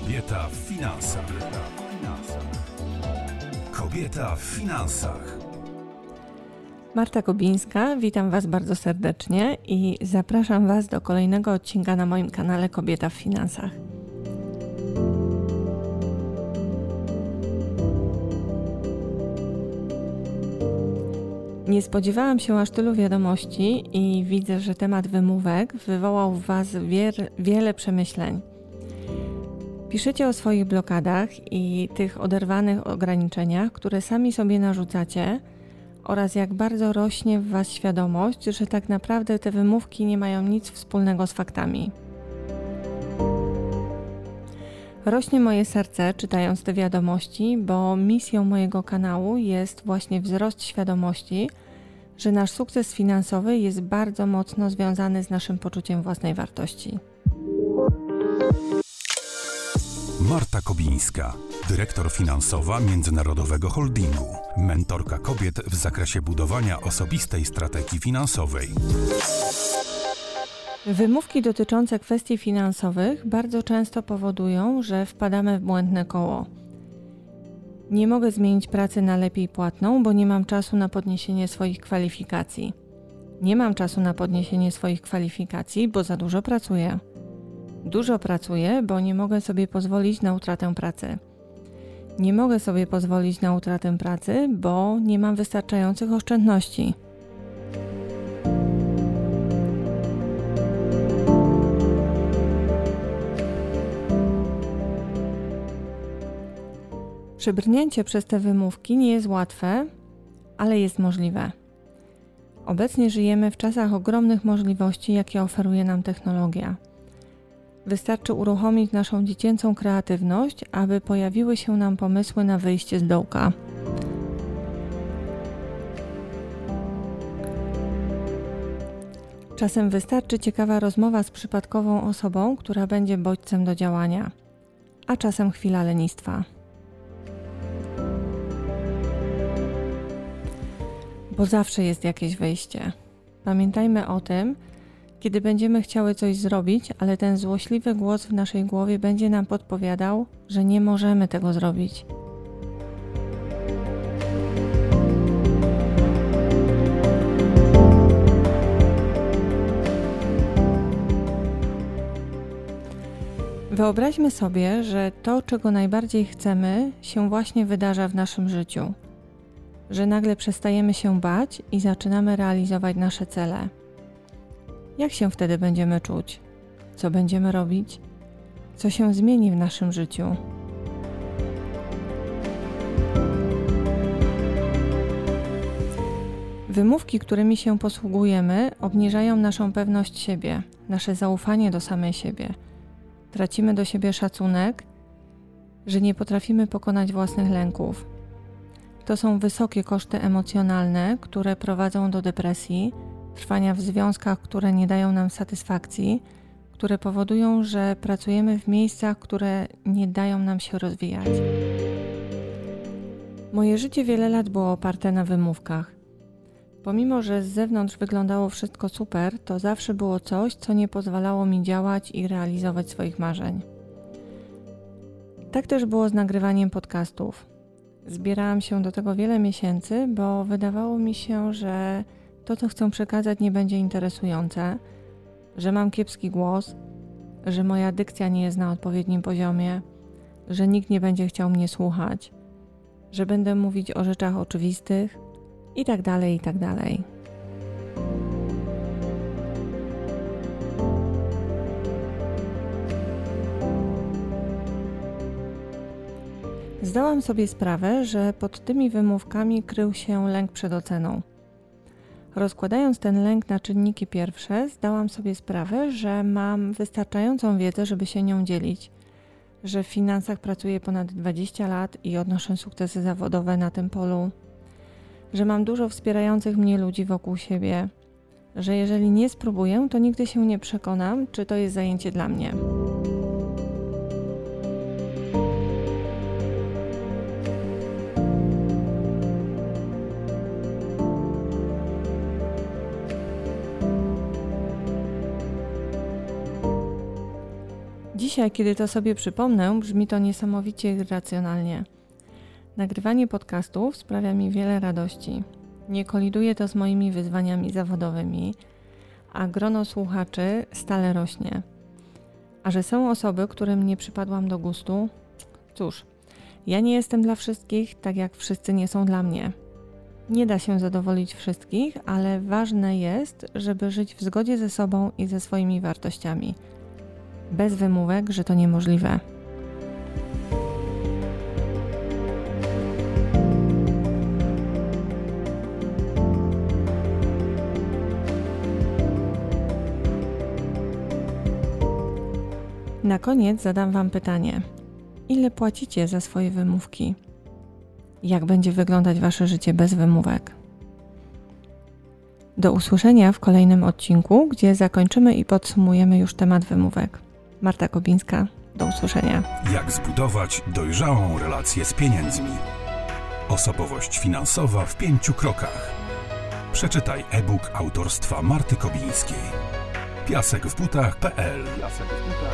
Kobieta w finansach. Kobieta w finansach. Marta Kobińska, witam Was bardzo serdecznie i zapraszam Was do kolejnego odcinka na moim kanale Kobieta w finansach. Nie spodziewałam się aż tylu wiadomości i widzę, że temat wymówek wywołał w Was wiele przemyśleń. Piszecie o swoich blokadach i tych oderwanych ograniczeniach, które sami sobie narzucacie, oraz jak bardzo rośnie w Was świadomość, że tak naprawdę te wymówki nie mają nic wspólnego z faktami. Rośnie moje serce, czytając te wiadomości, bo misją mojego kanału jest właśnie wzrost świadomości, że nasz sukces finansowy jest bardzo mocno związany z naszym poczuciem własnej wartości. Marta Kobińska, dyrektor finansowa Międzynarodowego Holdingu, mentorka kobiet w zakresie budowania osobistej strategii finansowej. Wymówki dotyczące kwestii finansowych bardzo często powodują, że wpadamy w błędne koło. Nie mogę zmienić pracy na lepiej płatną, bo nie mam czasu na podniesienie swoich kwalifikacji. Nie mam czasu na podniesienie swoich kwalifikacji, bo za dużo pracuję. Dużo pracuję, bo nie mogę sobie pozwolić na utratę pracy. Nie mogę sobie pozwolić na utratę pracy, bo nie mam wystarczających oszczędności. Przebrnięcie przez te wymówki nie jest łatwe, ale jest możliwe. Obecnie żyjemy w czasach ogromnych możliwości, jakie oferuje nam technologia. Wystarczy uruchomić naszą dziecięcą kreatywność, aby pojawiły się nam pomysły na wyjście z dołka. Czasem wystarczy ciekawa rozmowa z przypadkową osobą, która będzie bodźcem do działania, a czasem chwila lenistwa. Bo zawsze jest jakieś wyjście. Pamiętajmy o tym, kiedy będziemy chciały coś zrobić, ale ten złośliwy głos w naszej głowie będzie nam podpowiadał, że nie możemy tego zrobić. Wyobraźmy sobie, że to, czego najbardziej chcemy, się właśnie wydarza w naszym życiu. Że nagle przestajemy się bać i zaczynamy realizować nasze cele. Jak się wtedy będziemy czuć? Co będziemy robić? Co się zmieni w naszym życiu? Wymówki, którymi się posługujemy, obniżają naszą pewność siebie, nasze zaufanie do samej siebie. Tracimy do siebie szacunek, że nie potrafimy pokonać własnych lęków. To są wysokie koszty emocjonalne, które prowadzą do depresji, trwania w związkach, które nie dają nam satysfakcji, które powodują, że pracujemy w miejscach, które nie dają nam się rozwijać. Moje życie wiele lat było oparte na wymówkach. Pomimo, że z zewnątrz wyglądało wszystko super, to zawsze było coś, co nie pozwalało mi działać i realizować swoich marzeń. Tak też było z nagrywaniem podcastów. Zbierałam się do tego wiele miesięcy, bo wydawało mi się, że to, co chcę przekazać, nie będzie interesujące, że mam kiepski głos, że moja dykcja nie jest na odpowiednim poziomie, że nikt nie będzie chciał mnie słuchać, że będę mówić o rzeczach oczywistych itd., itd. Zdałam sobie sprawę, że pod tymi wymówkami krył się lęk przed oceną. Rozkładając ten lęk na czynniki pierwsze, zdałam sobie sprawę, że mam wystarczającą wiedzę, żeby się nią dzielić, że w finansach pracuję ponad 20 lat i odnoszę sukcesy zawodowe na tym polu, że mam dużo wspierających mnie ludzi wokół siebie, że jeżeli nie spróbuję, to nigdy się nie przekonam, czy to jest zajęcie dla mnie. Dzisiaj, kiedy to sobie przypomnę, brzmi to niesamowicie irracjonalnie. Nagrywanie podcastów sprawia mi wiele radości. Nie koliduje to z moimi wyzwaniami zawodowymi, a grono słuchaczy stale rośnie. A że są osoby, którym nie przypadłam do gustu, cóż, ja nie jestem dla wszystkich, tak jak wszyscy nie są dla mnie. Nie da się zadowolić wszystkich, ale ważne jest, żeby żyć w zgodzie ze sobą i ze swoimi wartościami. Bez wymówek, że to niemożliwe. Na koniec zadam Wam pytanie. Ile płacicie za swoje wymówki? Jak będzie wyglądać Wasze życie bez wymówek? Do usłyszenia w kolejnym odcinku, gdzie zakończymy i podsumujemy już temat wymówek. Marta Kobińska, do usłyszenia. Jak zbudować dojrzałą relację z pieniędzmi? Osobowość finansowa w 5 krokach. Przeczytaj e-book autorstwa Marty Kobińskiej. piasekwbutach.pl